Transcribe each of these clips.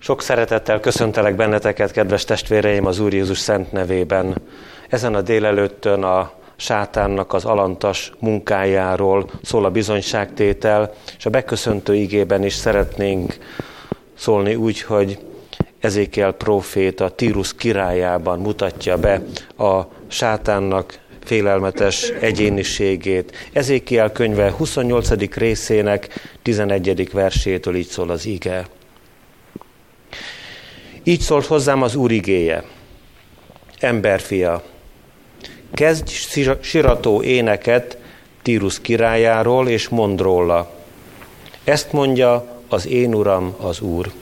Sok szeretettel köszöntelek benneteket, kedves testvéreim, az Úr Jézus szent nevében. Ezen a délelőttön a sátánnak az alantas munkájáról szól a bizonyságtétel, és a beköszöntő igében is szeretnénk szólni úgy, hogy Ezékiel próféta Tírus királyában mutatja be a sátánnak félelmetes egyéniségét. Ezékiel könyve 28. részének 11. versétől így szól az ige. Így szólt hozzám az Úr igéje: emberfia, kezdj sirató éneket Tírus királyáról, és mondd róla. Ezt mondja az én uram, az Úr.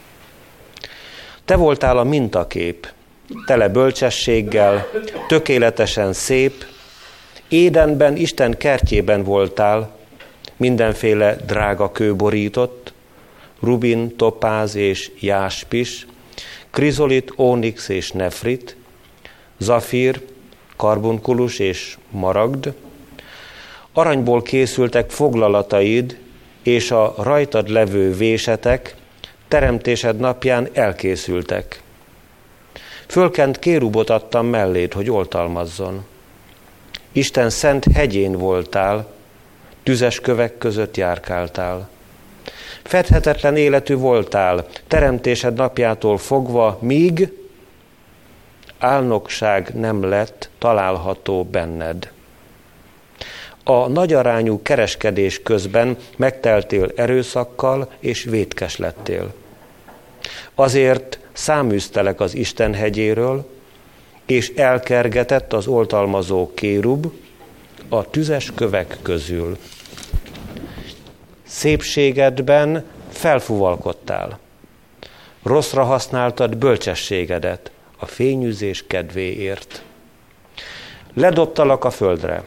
Te voltál a mintakép, tele bölcsességgel, tökéletesen szép, Édenben, Isten kertjében voltál, mindenféle drága kő borított, rubin, topáz és jáspis, krizolit, ónix és nefrit, zafír, karbunkulus és maragd. Aranyból készültek foglalataid, és a rajtad levő vésetek teremtésed napján elkészültek. Fölkent kérubot adtam melléd, hogy oltalmazzon. Isten szent hegyén voltál, tüzes kövek között járkáltál. Fedhetetlen életű voltál, teremtésed napjától fogva, míg álnokság nem lett található benned. A nagyarányú kereskedés közben megteltél erőszakkal, és vétkes lettél. Azért száműztelek az Isten hegyéről, és elkergetett az oltalmazó kérub a tüzes kövek közül. Szépségedben felfuvalkodtál. Rosszra használtad bölcsességedet a fényűzés kedvéért. Ledobtalak a földre.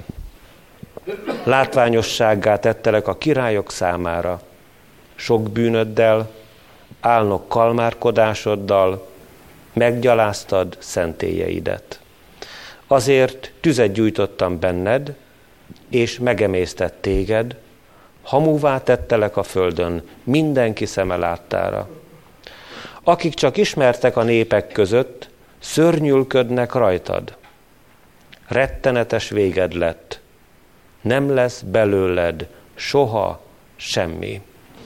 Látványossággá tettelek a királyok számára. Sok bűnöddel, álnok kalmárkodásoddal meggyaláztad szentélyeidet. Azért tüzet gyújtottam benned, és megemésztett téged, hamuvá tettelek a földön, mindenki szeme láttára. Akik csak ismertek a népek között, szörnyűlködnek rajtad. Rettenetes véged lett, nem lesz belőled soha semmi.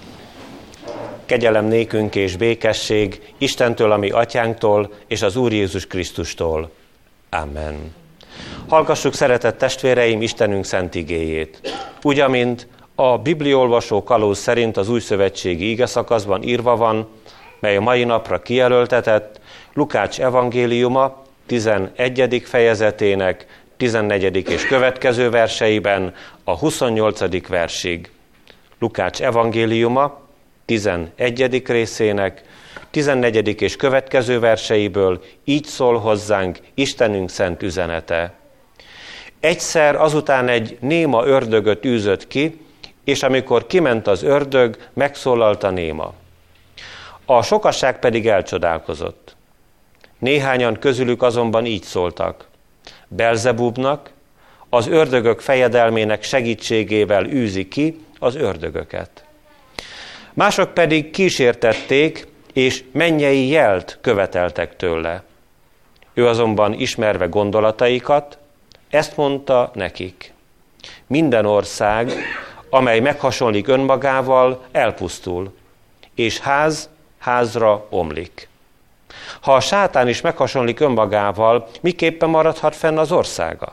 Kegyelem nékünk és békesség Istentől, a mi atyánktól, és az Úr Jézus Krisztustól. Amen. Hallgassuk, szeretett testvéreim, Istenünk szent igéjét. Úgy, amint a bibliaolvasó kalóz szerint az újszövetségi igeszakaszban írva van, mely a mai napra kijelöltetett, Lukács evangéliuma 11. fejezetének 14. és következő verseiben a 28. versig. Lukács evangéliuma 11. részének 14. és következő verseiből így szól hozzánk Istenünk szent üzenete. Egyszer azután egy néma ördögöt űzött ki, és amikor kiment az ördög, megszólalt a néma. A sokaság pedig elcsodálkozott. Néhányan közülük azonban így szóltak: Belzebubnak, az ördögök fejedelmének segítségével űzi ki az ördögöket. Mások pedig kísértették, és mennyei jelt követeltek tőle. Ő azonban ismerve gondolataikat, ezt mondta nekik: minden ország, amely meghasonlik önmagával, elpusztul, és ház házra omlik. Ha a sátán is meghasonlik önmagával, miképpen maradhat fenn az országa?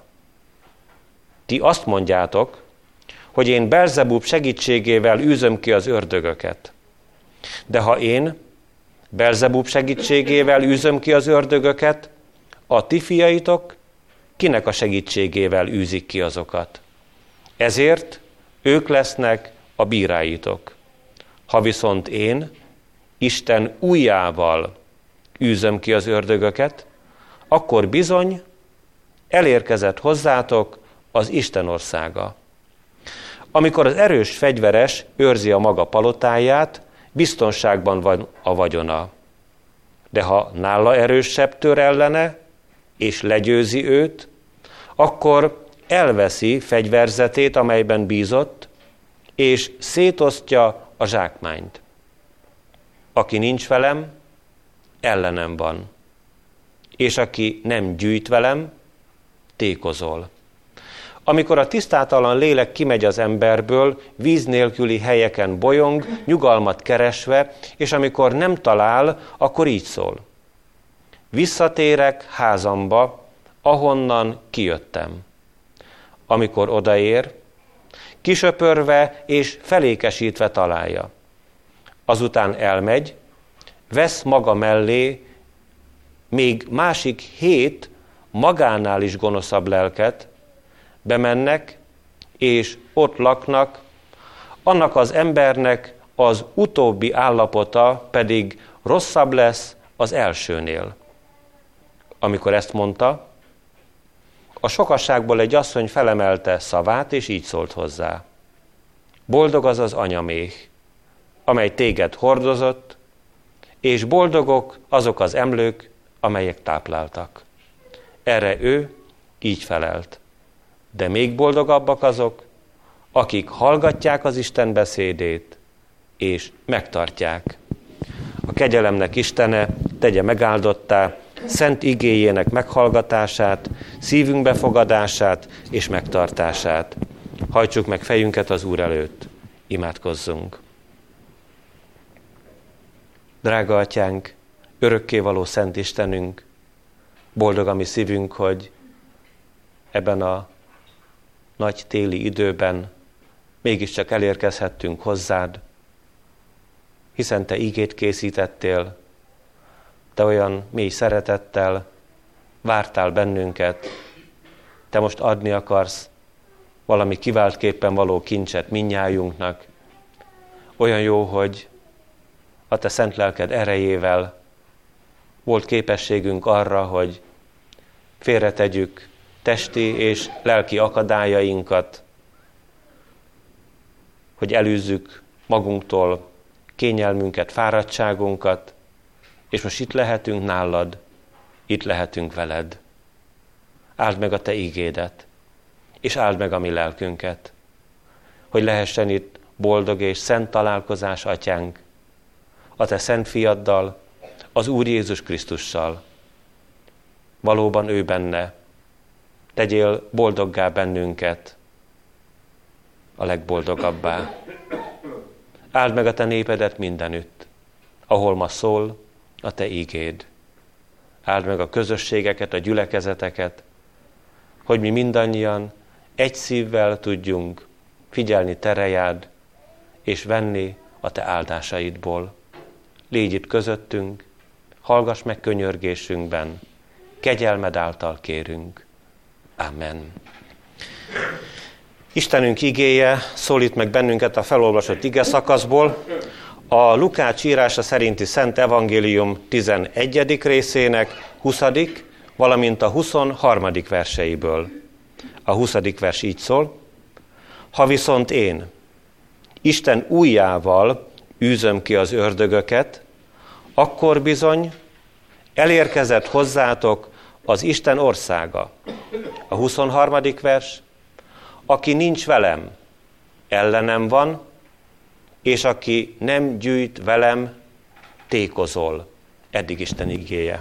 Ti azt mondjátok, hogy én Belzebub segítségével űzöm ki az ördögöket. De ha én Belzebub segítségével űzöm ki az ördögöket, a ti fiaitok kinek a segítségével űzik ki azokat? Ezért ők lesznek a bíráitok. Ha viszont én Isten ujjával űzöm ki az ördögöket, akkor bizony elérkezett hozzátok az Isten országa. Amikor az erős fegyveres őrzi a maga palotáját, biztonságban van a vagyona. De ha nála erősebb tör ellene, és legyőzi őt, akkor elveszi fegyverzetét, amelyben bízott, és szétosztja a zsákmányt. Aki nincs velem, ellenem van, és aki nem gyűjt velem, tékozol. Amikor a tisztátalan lélek kimegy az emberből, víz nélküli helyeken bolyong, nyugalmat keresve, és amikor nem talál, akkor így szól. Visszatérek házamba, ahonnan kijöttem. Amikor odaér, kisöpörve és felékesítve találja. Azután elmegy, vesz maga mellé még másik 7 magánál is gonoszabb lelket, bemennek, és ott laknak, annak az embernek az utóbbi állapota pedig rosszabb lesz az elsőnél. Amikor ezt mondta, a sokasságból egy asszony felemelte szavát, és így szólt hozzá. Boldog az az anyaméh, amely téged hordozott, és boldogok azok az emlők, amelyek tápláltak. Erre ő így felelt. De még boldogabbak azok, akik hallgatják az Isten beszédét, és megtartják. A kegyelemnek Istene tegye megáldottá szent igéjének meghallgatását, szívünk befogadását és megtartását. Hajtsuk meg fejünket az Úr előtt, imádkozzunk. Drága Atyánk, örökkévaló Szent Istenünk, boldog a mi szívünk, hogy ebben a nagy téli időben mégiscsak elérkezhettünk hozzád, hiszen Te ígét készítettél, Te olyan mély szeretettel vártál bennünket, Te most adni akarsz valami kiváltképpen való kincset mindnyájunknak. Olyan jó, hogy a Te szent lelked erejével volt képességünk arra, hogy félretegyük testi és lelki akadályainkat, hogy elűzzük magunktól kényelmünket, fáradtságunkat, és most itt lehetünk nálad, itt lehetünk veled. Áld meg a Te ígédet, és áld meg a mi lelkünket, hogy lehessen itt boldog és szent találkozás, Atyánk, a Te szent fiaddal, az Úr Jézus Krisztussal. Valóban ő benne. Tegyél boldoggá bennünket, a legboldogabbá. Áld meg a Te népedet mindenütt, ahol ma szól a Te ígéd. Áld meg a közösségeket, a gyülekezeteket, hogy mi mindannyian egy szívvel tudjunk figyelni Te rejád, és venni a Te áldásaidból. Légy itt közöttünk, hallgass meg könyörgésünkben, kegyelmed által kérünk. Amen. Istenünk igéje szólít meg bennünket a felolvasott ige szakaszból, a Lukács írása szerinti Szent Evangélium 11. részének 20., valamint a 23. verseiből. A 20. vers így szól: Ha viszont én Isten ujjával űzöm ki az ördögöket, akkor bizony elérkezett hozzátok az Isten országa. A 23. vers: Aki nincs velem, ellenem van, és aki nem gyűjt velem, tékozol. Eddig Isten igéje.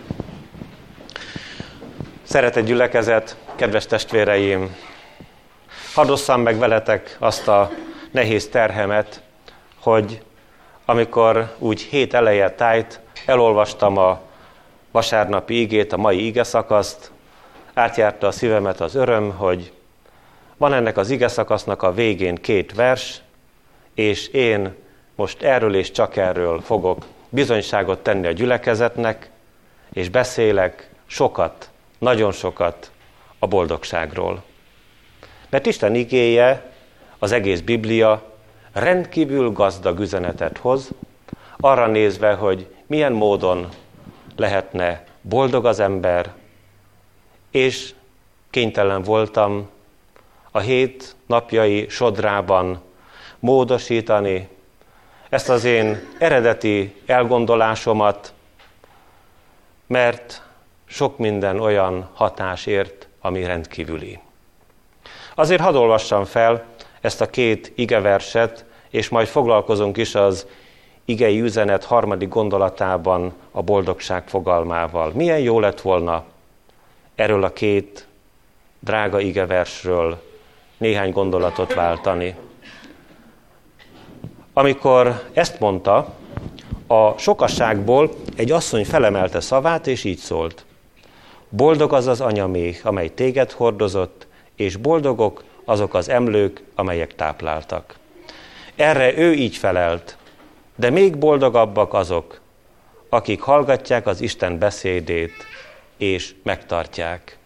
Szeretett gyülekezet, kedves testvéreim, hadd osszam meg veletek azt a nehéz terhemet, hogy amikor úgy hét eleje tájt elolvastam a vasárnapi igét, a mai igeszakaszt, átjárta a szívemet az öröm, hogy van ennek az igeszakasznak a végén 2 vers, és én most erről és csak erről fogok bizonyságot tenni a gyülekezetnek, és beszélek sokat, nagyon sokat a boldogságról. Mert Isten igéje, az egész Biblia rendkívül gazdag üzenetet hoz, arra nézve, hogy milyen módon lehetne boldog az ember, és kénytelen voltam a 7 napjai sodrában módosítani ezt az én eredeti elgondolásomat, mert sok minden olyan hatás ért, ami rendkívüli. Azért hadd olvassam fel ezt a 2 igeverset, és majd foglalkozunk is az igei üzenet harmadik gondolatában a boldogság fogalmával. Milyen jó lett volna erről a két drága igeversről néhány gondolatot váltani. Amikor ezt mondta, a sokasságból egy asszony felemelte szavát, és így szólt: boldog az az anyaméh, amely téged hordozott, és boldogok azok az emlők, amelyek tápláltak. Erre ő így felelt: de még boldogabbak azok, akik hallgatják az Isten beszédét, és megtartják.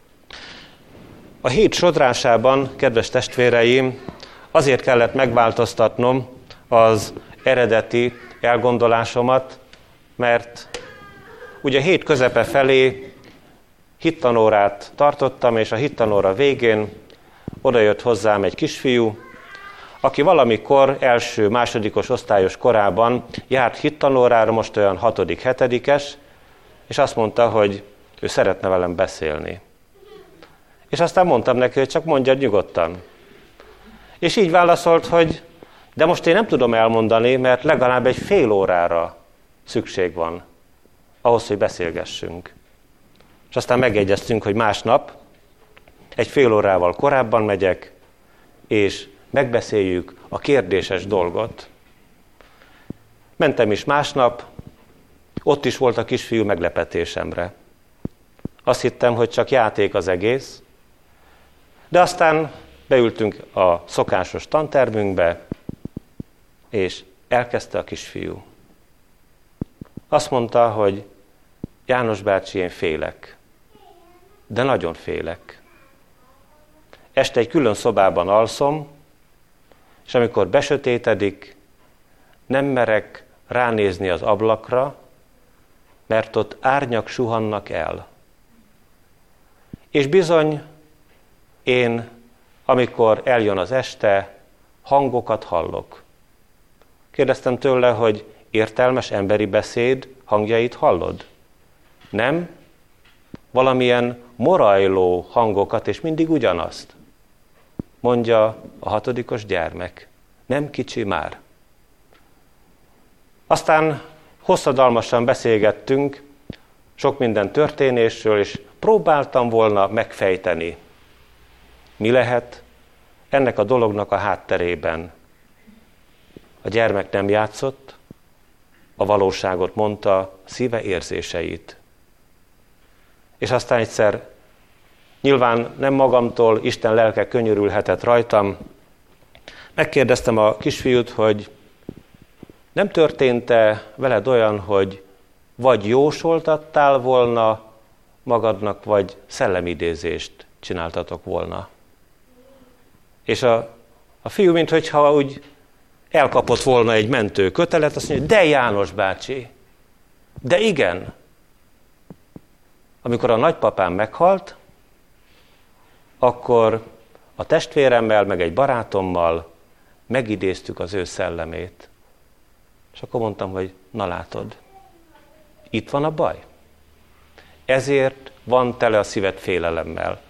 A hét sodrásában, kedves testvéreim, azért kellett megváltoztatnom az eredeti elgondolásomat, mert ugye a hét közepe felé hittanórát tartottam, és a hittanóra végén odajött hozzám egy kisfiú, aki valamikor első-másodikos osztályos korában járt hittanórára, most olyan 6.-7. És azt mondta, hogy ő szeretne velem beszélni. És aztán mondtam neki, hogy csak mondja nyugodtan. És így válaszolt, hogy de most én nem tudom elmondani, mert legalább egy fél órára szükség van ahhoz, hogy beszélgessünk. És aztán megegyeztünk, hogy másnap egy fél órával korábban megyek, és megbeszéljük a kérdéses dolgot. Mentem is másnap, ott is volt a kisfiú meglepetésemre. Azt hittem, hogy csak játék az egész, de aztán beültünk a szokásos tantermünkbe, és elkezdte a kisfiú. Azt mondta, hogy János bácsi, én félek, de nagyon félek. Este egy külön szobában alszom, és amikor besötétedik, nem merek ránézni az ablakra, mert ott árnyak suhannak el. És bizony, én, amikor eljön az este, hangokat hallok. Kérdeztem tőle, hogy értelmes emberi beszéd hangjait hallod? Nem? Valamilyen morajló hangokat, és mindig ugyanazt. Mondja a 6. gyermek. Nem kicsi már. Aztán hosszadalmasan beszélgettünk sok minden történésről, és próbáltam volna megfejteni, mi lehet ennek a dolognak a hátterében. A gyermek nem játszott, a valóságot mondta, szíve érzéseit. És aztán egyszer, nyilván nem magamtól, Isten lelke könyörülhetett rajtam, megkérdeztem a kisfiút, hogy nem történt-e veled olyan, hogy vagy jósoltattál volna magadnak, vagy szellemidézést csináltatok volna. És a fiú, minthogyha úgy elkapott volna egy mentő kötelet, azt mondja, de János bácsi, de igen. Amikor a nagypapám meghalt, akkor a testvéremmel, meg egy barátommal megidéztük az ő szellemét. És akkor mondtam, hogy na látod, itt van a baj. Ezért van tele a szíved félelemmel.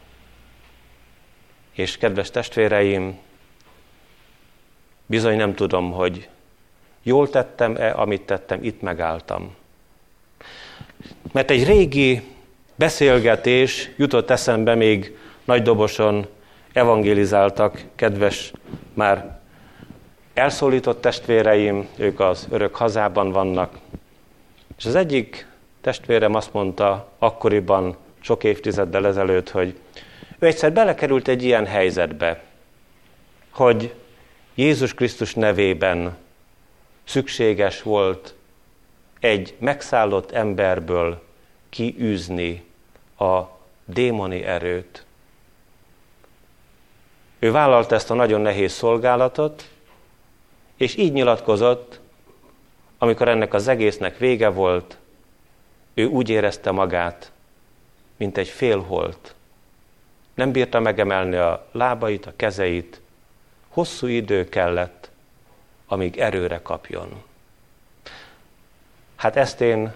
És kedves testvéreim, bizony nem tudom, hogy jól tettem-e, amit tettem, itt megálltam. Mert egy régi beszélgetés jutott eszembe, még Nagydoboson evangélizáltak, kedves, már elszólított testvéreim, ők az örök hazában vannak. És az egyik testvérem azt mondta akkoriban, sok évtizeddel ezelőtt, hogy ő egyszer belekerült egy ilyen helyzetbe, hogy Jézus Krisztus nevében szükséges volt egy megszállott emberből kiűzni a démoni erőt. Ő vállalta ezt a nagyon nehéz szolgálatot, és így nyilatkozott, amikor ennek az egésznek vége volt, ő úgy érezte magát, mint egy félholt. Nem bírta megemelni a lábait, a kezeit. Hosszú idő kellett, amíg erőre kapjon. Hát ezt én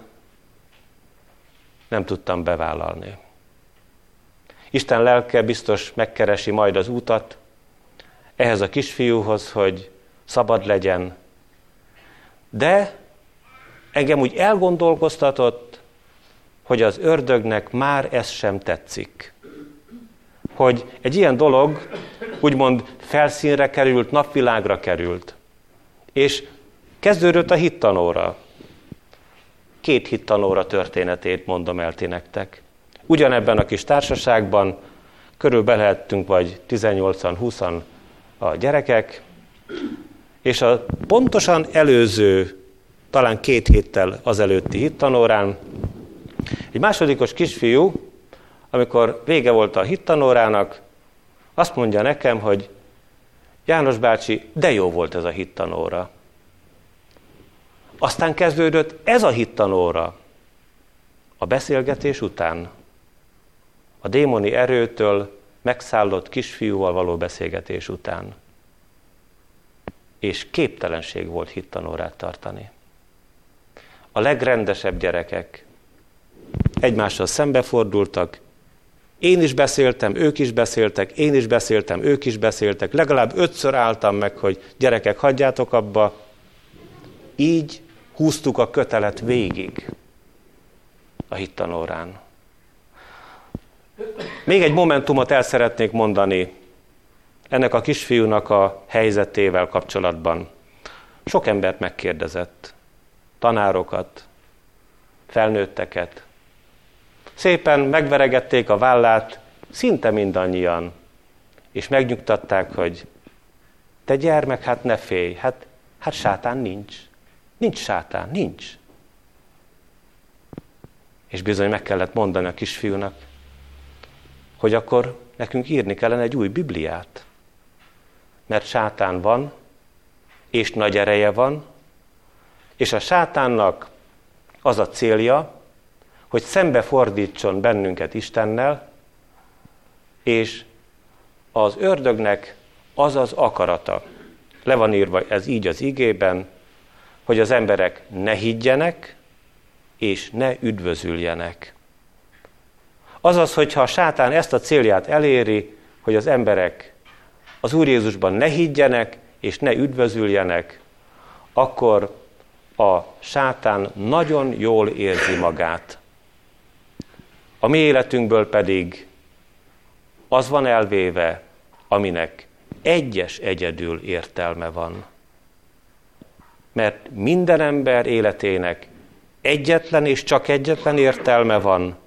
nem tudtam bevállalni. Isten lelke biztos megkeresi majd az útat ehhez a kisfiúhoz, hogy szabad legyen, De engem úgy elgondolkoztatott, hogy az ördögnek már ez sem tetszik. Hogy egy ilyen dolog úgymond felszínre került, napvilágra került. És kezdődött a hittanóra. 2 hittanóra történetét mondom el ti nektek. Ugyanebben a kis társaságban körülbelül lehettünk vagy 18-20 a gyerekek, és a pontosan előző, talán 2 héttel azelőtti hittanórán egy másodikos kisfiú, amikor vége volt a hittanórának, azt mondja nekem, hogy János bácsi, de jó volt ez a hittanóra. Aztán kezdődött ez a hittanóra a beszélgetés után. A démoni erőtől megszállott kisfiúval való beszélgetés után. És képtelenség volt hittanórát tartani. A legrendesebb gyerekek egymással szembefordultak, én is beszéltem, ők is beszéltek, én is beszéltem, ők is beszéltek, legalább 5-ször álltam meg, hogy gyerekek, hagyjátok abba. Így húztuk a kötelet végig a hittanórán. Még egy momentumot el szeretnék mondani ennek a kisfiúnak a helyzetével kapcsolatban. Sok embert megkérdezett, tanárokat, felnőtteket. Szépen megveregették a vállát, szinte mindannyian, és megnyugtatták, hogy te gyermek, hát ne félj, hát sátán nincs. Nincs sátán, nincs. És bizony meg kellett mondani a kisfiúnak, hogy akkor nekünk írni kellene egy új Bibliát. Mert sátán van, és nagy ereje van, és a sátánnak az a célja, hogy szembefordítson bennünket Istennel, és az ördögnek az az akarata. Le van írva ez így az igében, hogy az emberek ne higgyenek, és ne üdvözüljenek. Azaz, hogyha a sátán ezt a célját eléri, hogy az emberek az Úr Jézusban ne higgyenek, és ne üdvözüljenek, akkor a sátán nagyon jól érzi magát. A mi életünkből pedig az van elvéve, aminek egyedül értelme van. Mert minden ember életének egyetlen és csak egyetlen értelme van,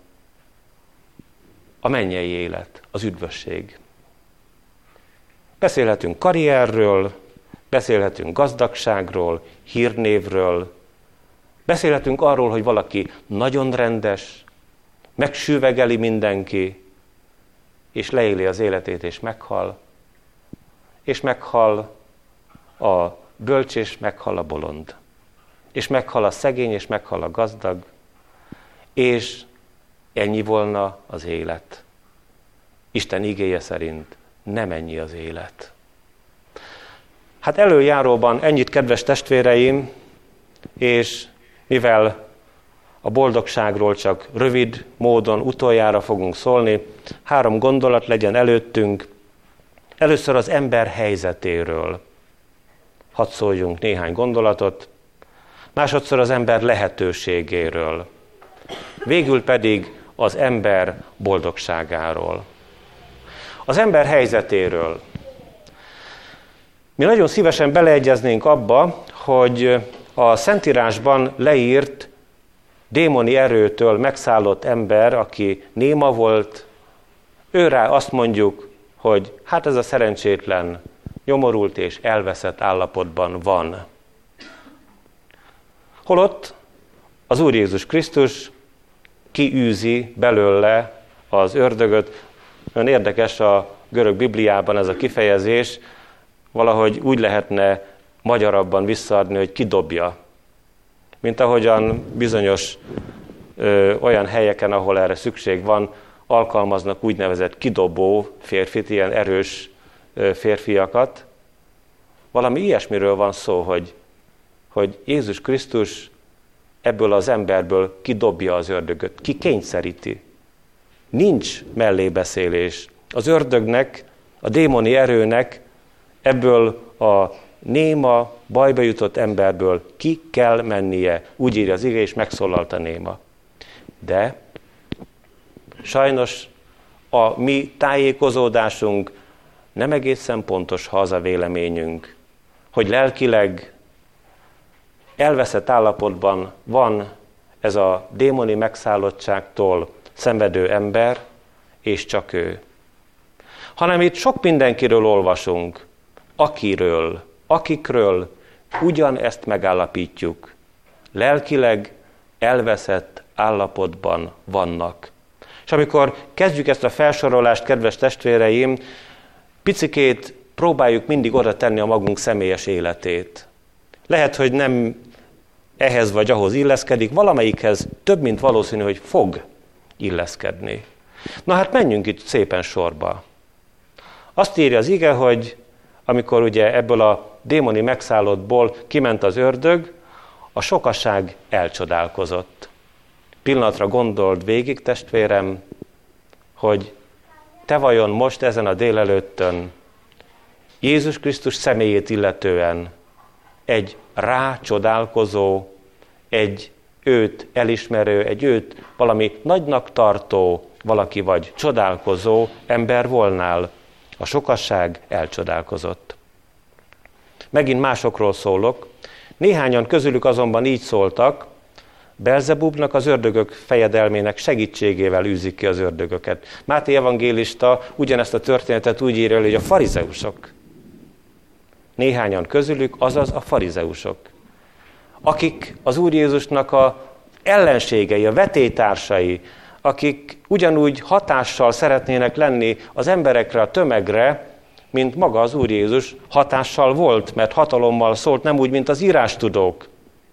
a mennyei élet, az üdvösség. Beszélhetünk karrierről, beszélhetünk gazdagságról, hírnévről, beszélhetünk arról, hogy valaki nagyon rendes, megsüvegeli mindenki, és leéli az életét, és meghal. És meghal a bölcs, és meghal a bolond. És meghal a szegény, és meghal a gazdag. És ennyi volna az élet. Isten igéje szerint nem ennyi az élet. Hát előjáróban ennyit, kedves testvéreim, és mivel a boldogságról csak rövid módon utoljára fogunk szólni, 3 gondolat legyen előttünk. Először az ember helyzetéről. Hadd szóljunk néhány gondolatot. Másodszor az ember lehetőségéről. Végül pedig az ember boldogságáról. Az ember helyzetéről. Mi nagyon szívesen beleegyeznénk abba, hogy a Szentírásban leírt démoni erőtől megszállott ember, aki néma volt, őrá azt mondjuk, hogy hát ez a szerencsétlen, nyomorult és elveszett állapotban van. Holott az Úr Jézus Krisztus kiűzi belőle az ördögöt. Olyan érdekes a görög Bibliában ez a kifejezés, valahogy úgy lehetne magyarabban visszaadni, hogy kidobja. Mint ahogyan bizonyos olyan helyeken, ahol erre szükség van, alkalmaznak úgynevezett kidobó férfit, ilyen erős férfiakat. Valami ilyesmiről van szó, hogy Jézus Krisztus ebből az emberből kidobja az ördögöt, kikényszeríti. Nincs mellébeszélés. Az ördögnek, a démoni erőnek ebből a néma, bajba jutott emberből ki kell mennie, úgy írja az ige, és megszólalt a néma. De sajnos a mi tájékozódásunk nem egészen pontos, ha az a véleményünk, hogy lelkileg elveszett állapotban van ez a démoni megszállottságtól szenvedő ember, és csak ő. Hanem itt sok mindenkiről olvasunk, akikről ugyanezt megállapítjuk. Lelkileg elveszett állapotban vannak. És amikor kezdjük ezt a felsorolást, kedves testvéreim, picikét próbáljuk mindig oda tenni a magunk személyes életét. Lehet, hogy nem ehhez vagy ahhoz illeszkedik, valamelyikhez több, mint valószínű, hogy fog illeszkedni. Na hát menjünk itt szépen sorba. Azt írja az ige, hogy amikor ugye ebből a démoni megszállottból kiment az ördög, a sokaság elcsodálkozott. Pillanatra gondold végig, testvérem, hogy te vajon most ezen a délelőttön Jézus Krisztus személyét illetően egy rácsodálkozó, egy őt elismerő, egy őt valami nagynak tartó valaki vagy csodálkozó ember volnál. A sokasság elcsodálkozott. Megint másokról szólok. Néhányan közülük azonban így szóltak, Belzebubnak, az ördögök fejedelmének segítségével űzik ki az ördögöket. Máté evangélista ugyanezt a történetet úgy írja, hogy a farizeusok. Néhányan közülük, azaz a farizeusok, akik az Úr Jézusnak a ellenségei, a vetélytársai, akik ugyanúgy hatással szeretnének lenni az emberekre, a tömegre, mint maga az Úr Jézus hatással volt, mert hatalommal szólt, nem úgy, mint az írástudók.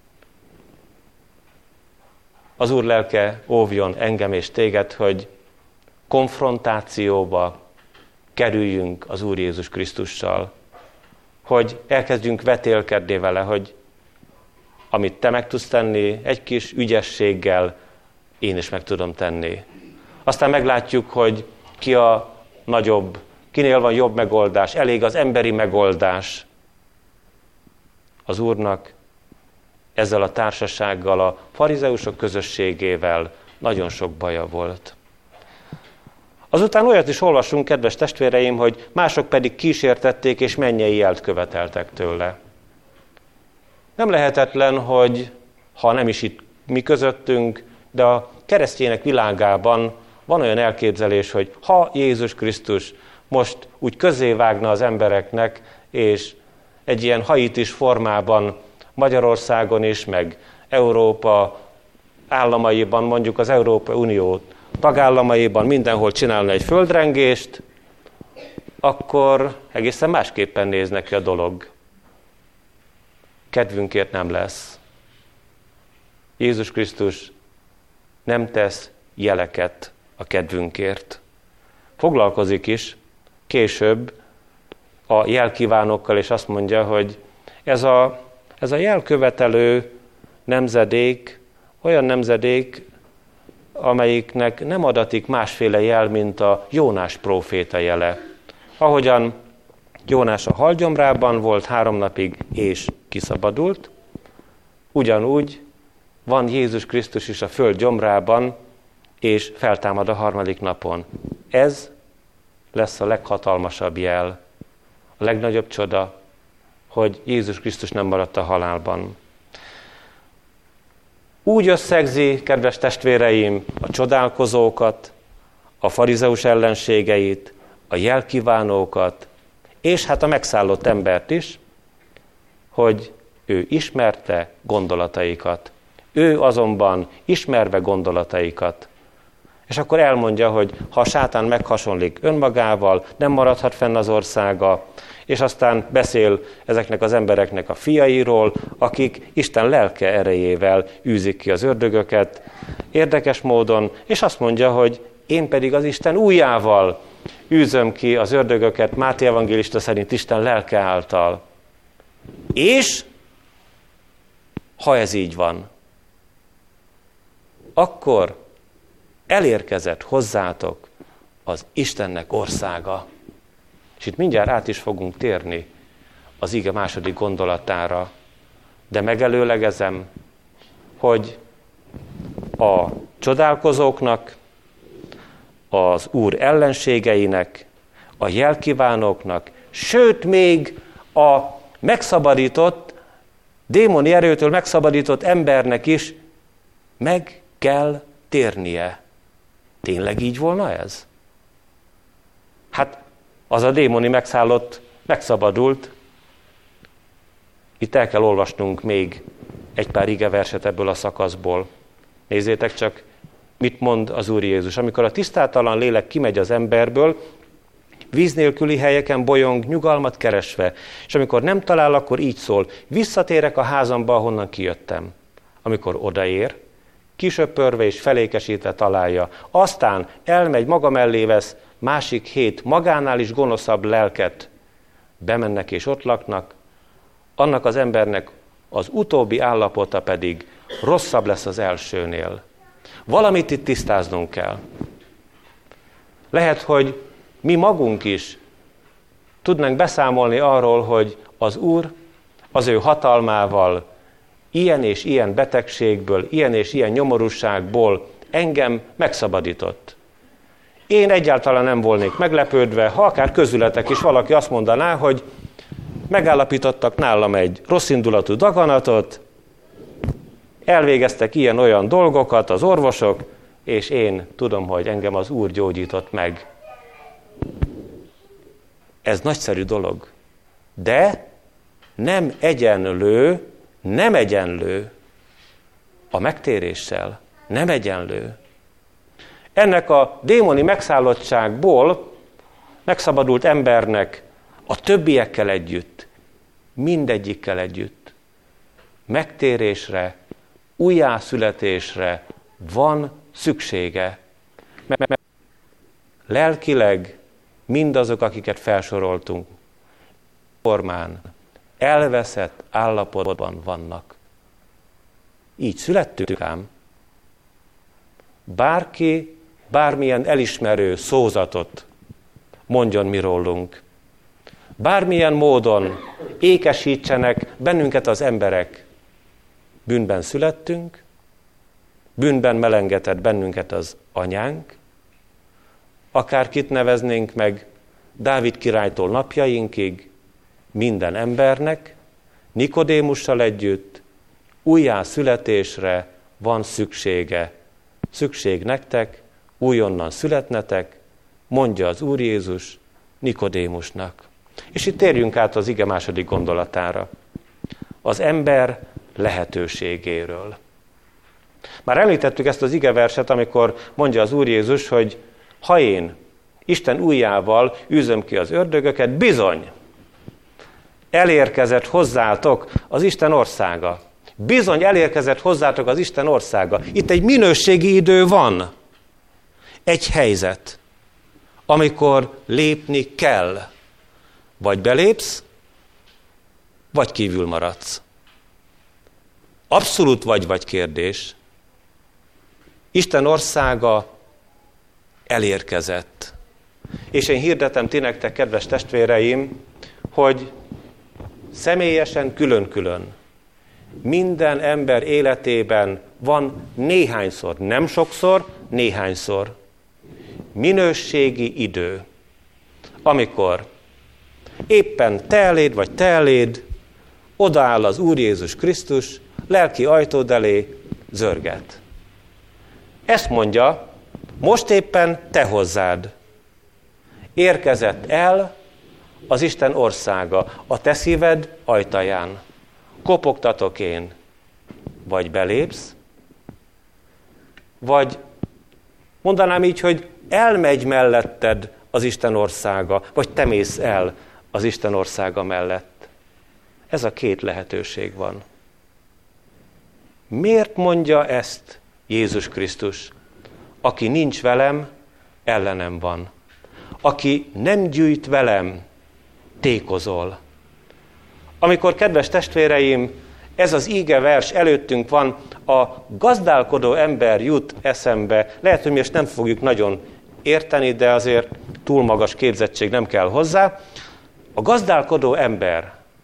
Az Úr lelke óvjon engem és téged, hogy konfrontációba kerüljünk az Úr Jézus Krisztussal, hogy elkezdjünk vetélkedni vele, hogy amit te meg tudsz tenni, egy kis ügyességgel én is meg tudom tenni. Aztán meglátjuk, hogy ki a nagyobb, kinél van jobb megoldás, elég az emberi megoldás. Az Úrnak ezzel a társasággal, a farizeusok közösségével nagyon sok baja volt. Azután olyat is olvasunk, kedves testvéreim, hogy mások pedig kísértették és mennyei jelt követeltek tőle. Nem lehetetlen, hogy ha nem is itt mi közöttünk, de a keresztjének világában van olyan elképzelés, hogy ha Jézus Krisztus most úgy közévágna az embereknek, és egy ilyen haitis formában Magyarországon is, meg Európa államaiban, mondjuk az Európai Unió tagállamaiban mindenhol csinálna egy földrengést, akkor egészen másképpen néz neki a dolog. Kedvünkért nem lesz. Jézus Krisztus nem tesz jeleket a kedvünkért. Foglalkozik is később a jelkívánókkal, és azt mondja, hogy ez a jelkövetelő nemzedék olyan nemzedék, amelyiknek nem adatik másféle jel, mint a Jónás próféta jele. Ahogyan Jónás a halgyomrában volt 3 napig, és kiszabadult, ugyanúgy van Jézus Krisztus is a föld gyomrában, és feltámad a 3. napon. Ez lesz a leghatalmasabb jel, a legnagyobb csoda, hogy Jézus Krisztus nem maradt a halálban. Úgy összegzi, kedves testvéreim, a csodálkozókat, a farizeus ellenségeit, a jelkívánókat, és hát a megszállott embert is, hogy ő ismerte gondolataikat. Ő azonban ismerve gondolataikat. És akkor elmondja, hogy ha a sátán meghasonlik önmagával, nem maradhat fenn az országa, és aztán beszél ezeknek az embereknek a fiairól, akik Isten lelke erejével űzik ki az ördögöket érdekes módon, és azt mondja, hogy én pedig az Isten ujjával űzöm ki az ördögöket, Máté evangélista szerint Isten lelke által. És ha ez így van, akkor elérkezett hozzátok az Istennek országa. És itt mindjárt át is fogunk térni az ige második gondolatára, de megelőlegezem, hogy a csodálkozóknak, az Úr ellenségeinek, a jelkívánóknak, sőt még a megszabadított, démoni erőtől megszabadított embernek is meg kell térnie. Tényleg így volna ez? Hát az a démoni megszállott, megszabadult. Itt el kell olvasnunk még egy pár igeverset ebből a szakaszból. Nézzétek csak, mit mond az Úr Jézus. Amikor a tisztátalan lélek kimegy az emberből, víz nélküli helyeken bolyong, nyugalmat keresve, és amikor nem talál, akkor így szól: visszatérek a házamba, ahonnan kijöttem. Amikor odaér, kisöpörve és felékesítve találja, aztán elmegy, maga mellé vesz másik 7 magánál is gonoszabb lelket, bemennek és ott laknak, annak az embernek az utóbbi állapota pedig rosszabb lesz az elsőnél. Valamit itt tisztáznunk kell. Lehet, hogy mi magunk is tudnánk beszámolni arról, hogy az Úr az ő hatalmával ilyen és ilyen betegségből, ilyen és ilyen nyomorúságból engem megszabadított. Én egyáltalán nem volnék meglepődve, ha akár közületek is valaki azt mondaná, hogy megállapítottak nálam egy rosszindulatú daganatot, elvégeztek ilyen-olyan dolgokat az orvosok, és én tudom, hogy engem az Úr gyógyított meg. Ez nagyszerű dolog. De nem egyenlő a megtéréssel. Nem egyenlő. Ennek a démoni megszállottságból megszabadult embernek a többiekkel együtt, mindegyikkel együtt megtérésre, újjászületésre van szüksége. Mert lelkileg mindazok, akiket felsoroltunk, formán elveszett állapotban vannak. Így születtünk ám. Bárki bármilyen elismerő szózatot mondjon mi rólunk. Bármilyen módon ékesítsenek bennünket az emberek. Bűnben születtünk, bűnben melengetett bennünket az anyánk, akárkit neveznénk meg Dávid királytól napjainkig, minden embernek, Nikodémussal együtt újjászületésre van szüksége. Szükség nektek, újonnan születnetek, mondja az Úr Jézus Nikodémusnak. És itt térjünk át az ige második gondolatára. Az ember lehetőségéről. Már említettük ezt az igeverset, amikor mondja az Úr Jézus, hogy ha én Isten ujjával űzöm ki az ördögöket, bizony, elérkezett hozzátok az Isten országa. Bizony elérkezett hozzátok az Isten országa. Itt egy minőségi idő van. Egy helyzet, amikor lépni kell. Vagy belépsz, vagy kívül maradsz. Abszolút vagy kérdés. Isten országa elérkezett. És én hirdetem ti nektek, kedves testvéreim, hogy személyesen, külön-külön minden ember életében van néhányszor, nem sokszor, néhányszor minőségi idő, amikor éppen te eléd, vagy te eléd, odaáll az Úr Jézus Krisztus, lelki ajtód elé zörget. Ezt mondja, most éppen te hozzád. Érkezett el az Isten országa a te szíved ajtaján. Kopogtatok én. Vagy belépsz, vagy mondanám így, hogy elmegy melletted az Isten országa, vagy te mész el az Isten országa mellett. Ez a két lehetőség van. Miért mondja ezt Jézus Krisztus? Aki nincs velem, ellenem van. Aki nem gyűjt velem, tékozol. Amikor, kedves testvéreim, ez az ígevers előttünk van, a gazdálkodó ember jut eszembe. Lehet, hogy mi ezt nem fogjuk nagyon érteni, de azért túl magas képzettség nem kell hozzá. A gazdálkodó ember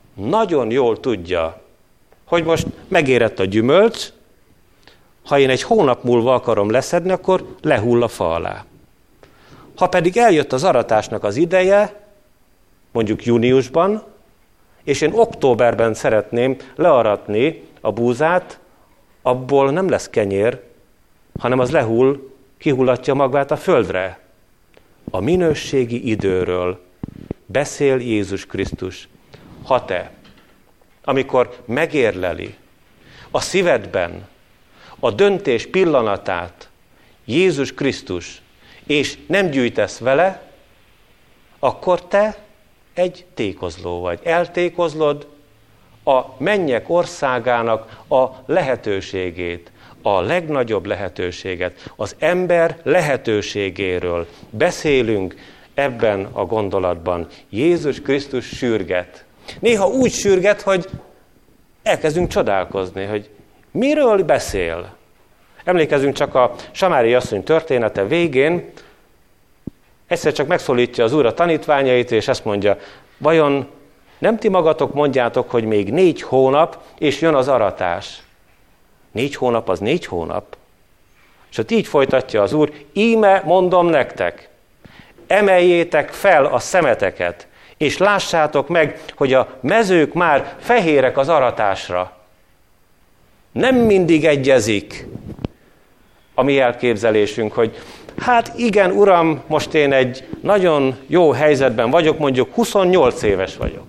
nagyon jól tudja, hogy most megérett a gyümölcs, ha én egy hónap múlva akarom leszedni, akkor lehull a fa alá. Ha pedig eljött az aratásnak az ideje, mondjuk júniusban, és én októberben szeretném learatni a búzát, abból nem lesz kenyér, hanem az lehull, kihullatja magát a földre. A minőségi időről beszél Jézus Krisztus. Ha te, amikor megérleli a szívedben a döntés pillanatát Jézus Krisztus, és nem gyűjtesz vele, akkor te egy tékozló vagy. Eltékozlod a mennyek országának a lehetőségét, a legnagyobb lehetőséget, az ember lehetőségéről beszélünk ebben a gondolatban. Jézus Krisztus sürget. Néha úgy sürget, hogy elkezdünk csodálkozni, hogy miről beszél. Emlékezünk csak a samáriai asszony története végén, egyszer csak megszólítja az Úr a tanítványait, és ezt mondja, vajon nem ti magatok mondjátok, hogy még 4 hónap, és jön az aratás. 4 hónap az 4 hónap. És ott így folytatja az Úr, íme mondom nektek, emeljétek fel a szemeteket, és lássátok meg, hogy a mezők már fehérek az aratásra. Nem mindig egyezik a mi elképzelésünk, hogy hát igen, Uram, most én egy nagyon jó helyzetben vagyok, mondjuk 28 éves vagyok.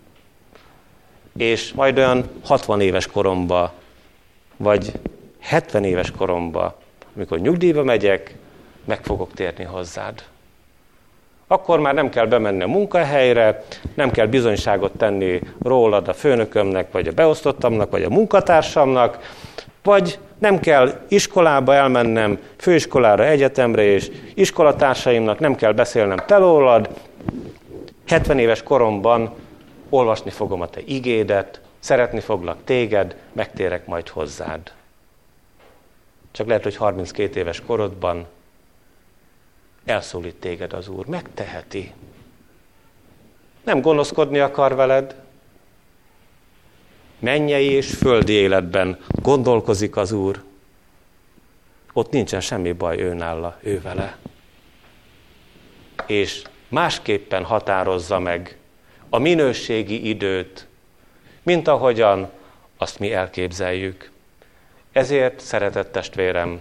És majd olyan 60 éves koromban, vagy 70 éves koromban, amikor nyugdíjba megyek, meg fogok térni hozzád. Akkor már nem kell bemenni a munkahelyre, nem kell bizonyságot tenni rólad a főnökömnek, vagy a beosztottamnak, vagy a munkatársamnak, vagy nem kell iskolába elmennem, főiskolára, egyetemre, és iskolatársaimnak nem kell beszélnem te rólad. 70 éves koromban olvasni fogom a te igédet, szeretni foglak téged, megtérek majd hozzád. Csak lehet, hogy 32 éves korodban elszólít téged az Úr. Megteheti. Nem gonoszkodni akar veled. Mennyei és földi életben gondolkozik az Úr. Ott nincsen semmi baj őnála, ő vele. És másképpen határozza meg a minőségi időt, mint ahogyan azt mi elképzeljük. Ezért, szeretett testvérem,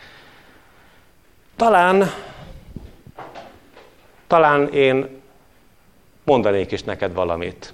talán én mondanék is neked valamit.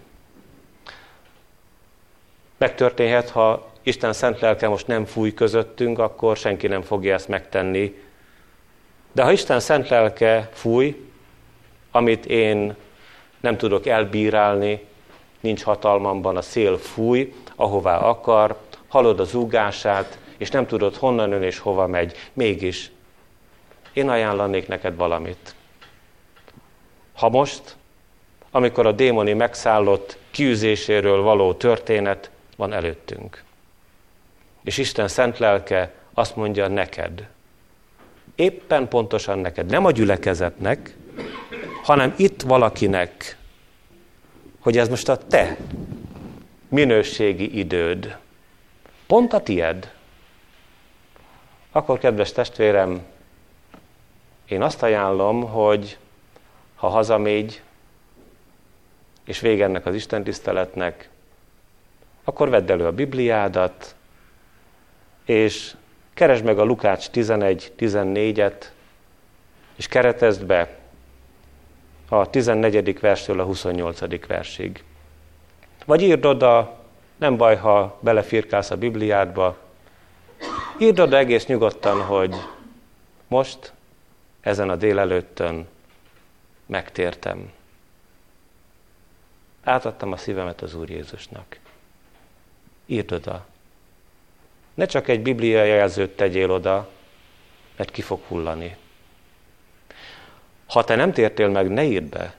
Megtörténhet, ha Isten szent lelke most nem fúj közöttünk, akkor senki nem fogja ezt megtenni. De ha Isten szent lelke fúj, amit én nem tudok elbírálni, nincs hatalmamban, a szél fúj, ahová akar, hallod a zúgását, és nem tudod honnan jön és hova megy. Mégis én ajánlanék neked valamit. Ha most, amikor a démoni megszállott kiűzéséről való történet van előttünk, és Isten szent lelke azt mondja neked, éppen pontosan neked, nem a gyülekezetnek, hanem itt valakinek, hogy ez most a te minőségi időd, pont a tied, akkor, kedves testvérem, én azt ajánlom, hogy ha hazamégy, és vége ennek az istentiszteletnek, akkor vedd elő a Bibliádat, és keresd meg a Lukács 11-14-et, és keretezd be a 14. verstől a 28. versig. Vagy írd oda, nem baj, ha belefirkálsz a Bibliádba, írd oda egész nyugodtan, hogy most, ezen a délelőttön megtértem. Átadtam a szívemet az Úr Jézusnak. Írd oda. Ne csak egy bibliai jelzőt tegyél oda, mert ki fog hullani. Ha te nem tértél meg, ne írd be.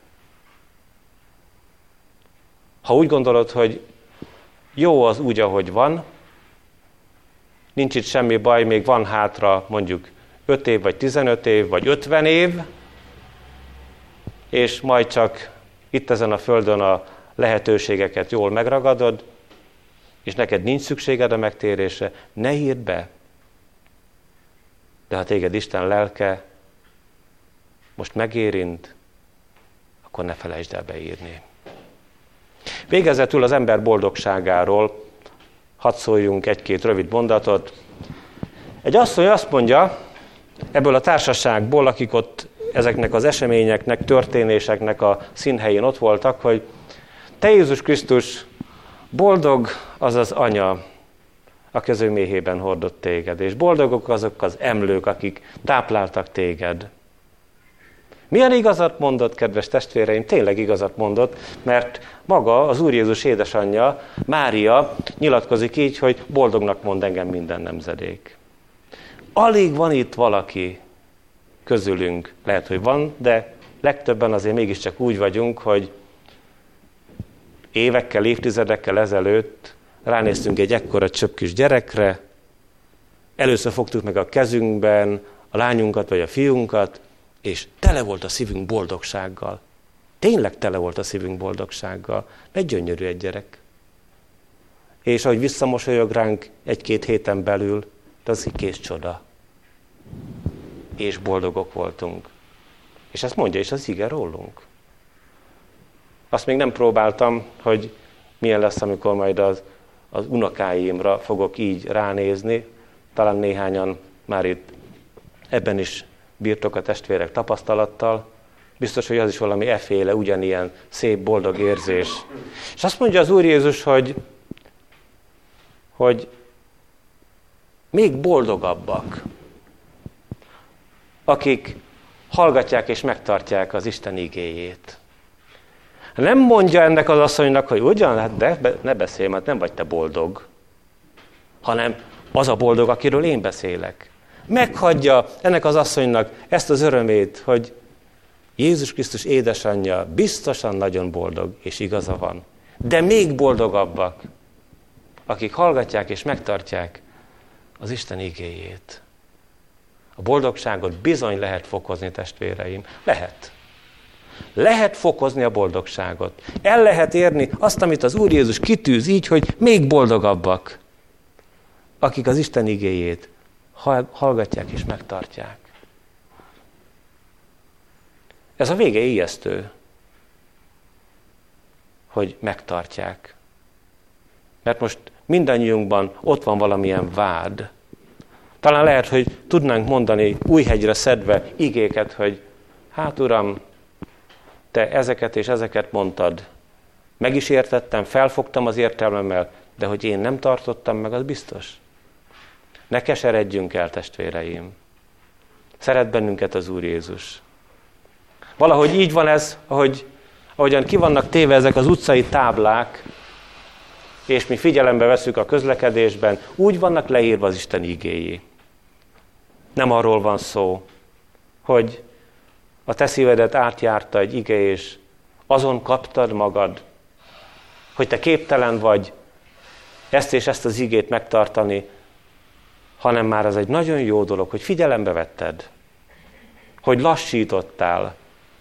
Ha úgy gondolod, hogy jó az úgy, ahogy van, nincs itt semmi baj, még van hátra mondjuk 5 év, vagy 15 év, vagy 50 év, és majd csak itt ezen a földön a lehetőségeket jól megragadod, és neked nincs szükséged a megtérésre, ne írd be. De ha téged Isten lelke most megérint, akkor ne felejtsd el beírni. Végezetül az ember boldogságáról hadd szóljunk egy-két rövid mondatot. Egy asszony azt mondja, ebből a társaságból, akik ott ezeknek az eseményeknek, történéseknek a színhelyén ott voltak, hogy te Jézus Krisztus, boldog az az anya, aki az ő méhében hordott téged, és boldogok azok az emlők, akik tápláltak téged. Milyen igazat mondott, kedves testvéreim? Tényleg igazat mondott, mert maga az Úr Jézus édesanyja, Mária nyilatkozik így, hogy boldognak mond engem minden nemzedék. Alig van itt valaki közülünk, lehet, hogy van, de legtöbben azért mégiscsak úgy vagyunk, hogy évekkel, évtizedekkel ezelőtt ránéztünk egy ekkora csöpp kis gyerekre, először fogtuk meg a kezünkben a lányunkat vagy a fiunkat, és tele volt a szívünk boldogsággal. Tényleg tele volt a szívünk boldogsággal. Egy gyönyörű egy gyerek. És ahogy visszamosolyog ránk egy-két héten belül, az egy kész csoda. És boldogok voltunk. És ezt mondja is az ige rólunk. Azt még nem próbáltam, hogy milyen lesz, amikor majd az unokáimra fogok így ránézni. Talán néhányan már itt ebben is bírtok a testvérek tapasztalattal. Biztos, hogy az is valami efféle, ugyanilyen szép, boldog érzés. És azt mondja az Úr Jézus, hogy még boldogabbak, akik hallgatják és megtartják az Isten igéjét. Nem mondja ennek az asszonynak, hogy ugyan, hát de ne beszélj, mert nem vagy te boldog, hanem az a boldog, akiről én beszélek. Meghagyja ennek az asszonynak ezt az örömét, hogy Jézus Krisztus édesanyja biztosan nagyon boldog, és igaza van. De még boldogabbak, akik hallgatják és megtartják az Isten igéjét. A boldogságot bizony lehet fokozni, testvéreim. Lehet. Lehet fokozni a boldogságot. El lehet érni azt, amit az Úr Jézus kitűz így, hogy még boldogabbak, akik az Isten igéjét hallgatják és megtartják. Ez a vége ijesztő, hogy megtartják. Mert most mindannyiunkban ott van valamilyen vád. Talán lehet, hogy tudnánk mondani újhegyre szedve igéket, hogy hát Uram, te ezeket és ezeket mondtad. Meg is értettem, felfogtam az értelmemmel, de hogy én nem tartottam meg, az biztos. Ne keseredjünk el, testvéreim. Szeret bennünket az Úr Jézus. Valahogy így van ez, ahogyan ki vannak téve ezek az utcai táblák, és mi figyelembe veszük a közlekedésben, úgy vannak leírva az Isten igéi. Nem arról van szó, hogy a te szívedet átjárta egy ige, és azon kaptad magad, hogy te képtelen vagy ezt és ezt az igét megtartani, hanem már ez egy nagyon jó dolog, hogy figyelembe vetted, hogy lassítottál,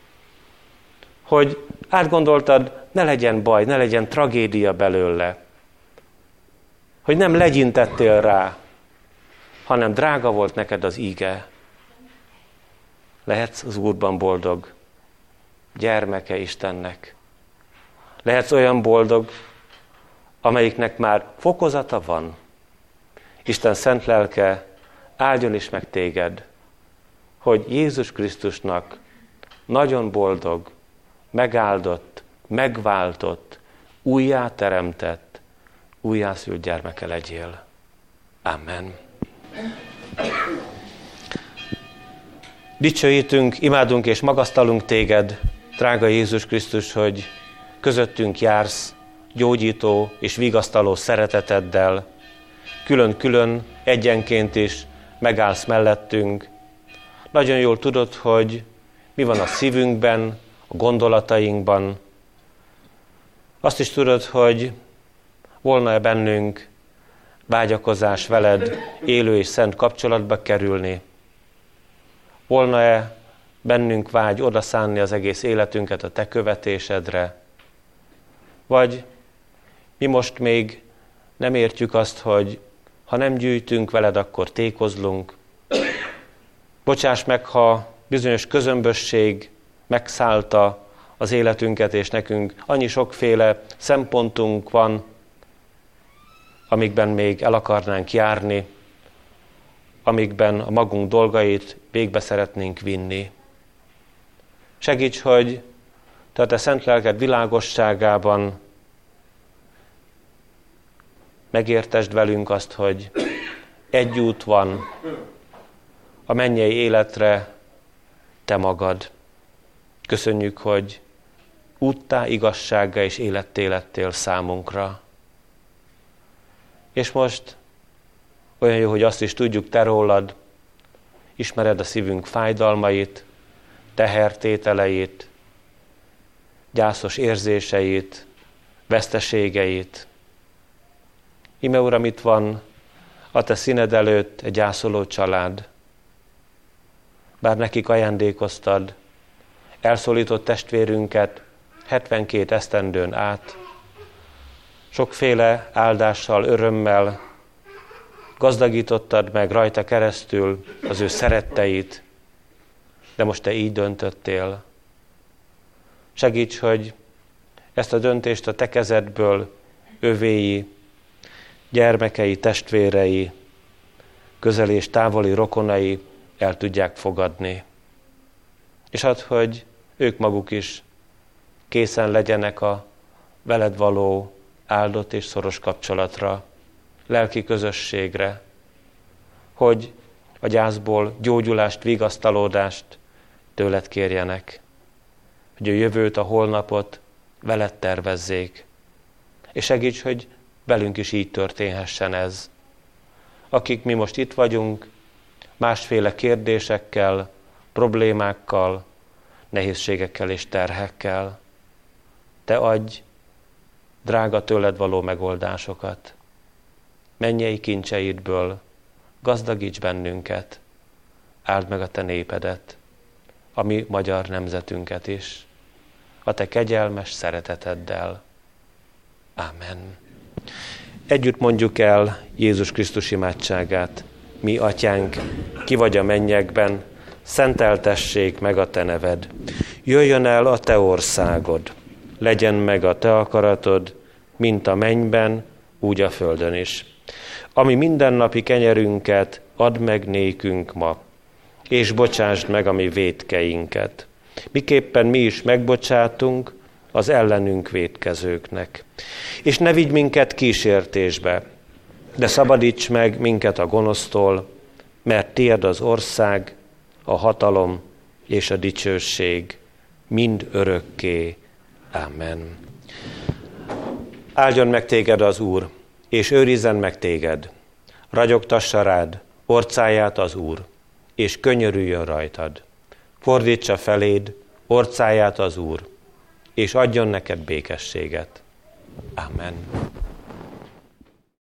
hogy átgondoltad, ne legyen baj, ne legyen tragédia belőle, hogy nem legyintettél rá, hanem drága volt neked az ige. Lehetsz az Úrban boldog, gyermeke Istennek. Lehetsz olyan boldog, amelyiknek már fokozata van. Isten szent lelke áldjon is meg téged, hogy Jézus Krisztusnak nagyon boldog, megáldott, megváltott, újjáteremtett, újjászült gyermeke legyél. Amen. Dicsőítünk, imádunk és magasztalunk téged, drága Jézus Krisztus, hogy közöttünk jársz gyógyító és vigasztaló szereteteddel, külön-külön, egyenként is megállsz mellettünk. Nagyon jól tudod, hogy mi van a szívünkben, a gondolatainkban. Azt is tudod, hogy volna-e bennünk vágyakozás veled, élő és szent kapcsolatba kerülni. Volna-e bennünk vágy odaszánni az egész életünket a te követésedre. Vagy mi most még nem értjük azt, hogy ha nem gyűjtünk veled, akkor tékozlunk. Bocsáss meg, ha bizonyos közömbösség megszállta az életünket, és nekünk annyi sokféle szempontunk van, amikben még el akarnánk járni, amikben a magunk dolgait végbe szeretnénk vinni. Segíts, hogy te a te szent lelked világosságában megértesd velünk azt, hogy egy út van a mennyei életre, te magad. Köszönjük, hogy úttá, igazsággá és életté lettél számunkra. És most olyan jó, hogy azt is tudjuk te rólad, ismered a szívünk fájdalmait, tehertételeit, gyászos érzéseit, veszteségeit. Íme Uram, itt van a te színed előtt egy gyászoló család. Bár nekik ajándékoztad elszólított testvérünket 72 esztendőn át, sokféle áldással, örömmel gazdagítottad meg rajta keresztül az ő szeretteit, de most te így döntöttél. Segíts, hogy ezt a döntést a te kezedből övéi, gyermekei, testvérei, közeli és távoli rokonai el tudják fogadni. És add, hogy ők maguk is készen legyenek a veled való áldott és szoros kapcsolatra, lelki közösségre, hogy a gyászból gyógyulást, vigasztalódást tőled kérjenek, hogy a jövőt, a holnapot veled tervezzék. És segíts, hogy velünk is így történhessen ez. Akik mi most itt vagyunk, másféle kérdésekkel, problémákkal, nehézségekkel és terhekkel. Te adj drága tőled való megoldásokat. Mennyei kincseidből gazdagíts bennünket, áld meg a te népedet, a mi magyar nemzetünket is, a te kegyelmes szereteteddel. Ámen. Együtt mondjuk el Jézus Krisztus imádságát. Mi, Atyánk, ki vagy a mennyekben, szenteltessék meg a te neved. Jöjjön el a te országod, legyen meg a te akaratod, mint a mennyben, úgy a földön is. Ami mindennapi kenyerünket add meg nékünk ma, és bocsásd meg a mi vétkeinket. Miképpen mi is megbocsátunk az ellenünk vétkezőknek. És ne vigy minket kísértésbe, de szabadíts meg minket a gonosztól, mert tied az ország, a hatalom és a dicsőség mind örökké. Amen. Áldjon meg téged az Úr, és őrizzen meg téged. Ragyogtassa rád orcáját az Úr, és könyörüljön rajtad. Fordítsa feléd orcáját az Úr, és adjon neked békességet. Amen.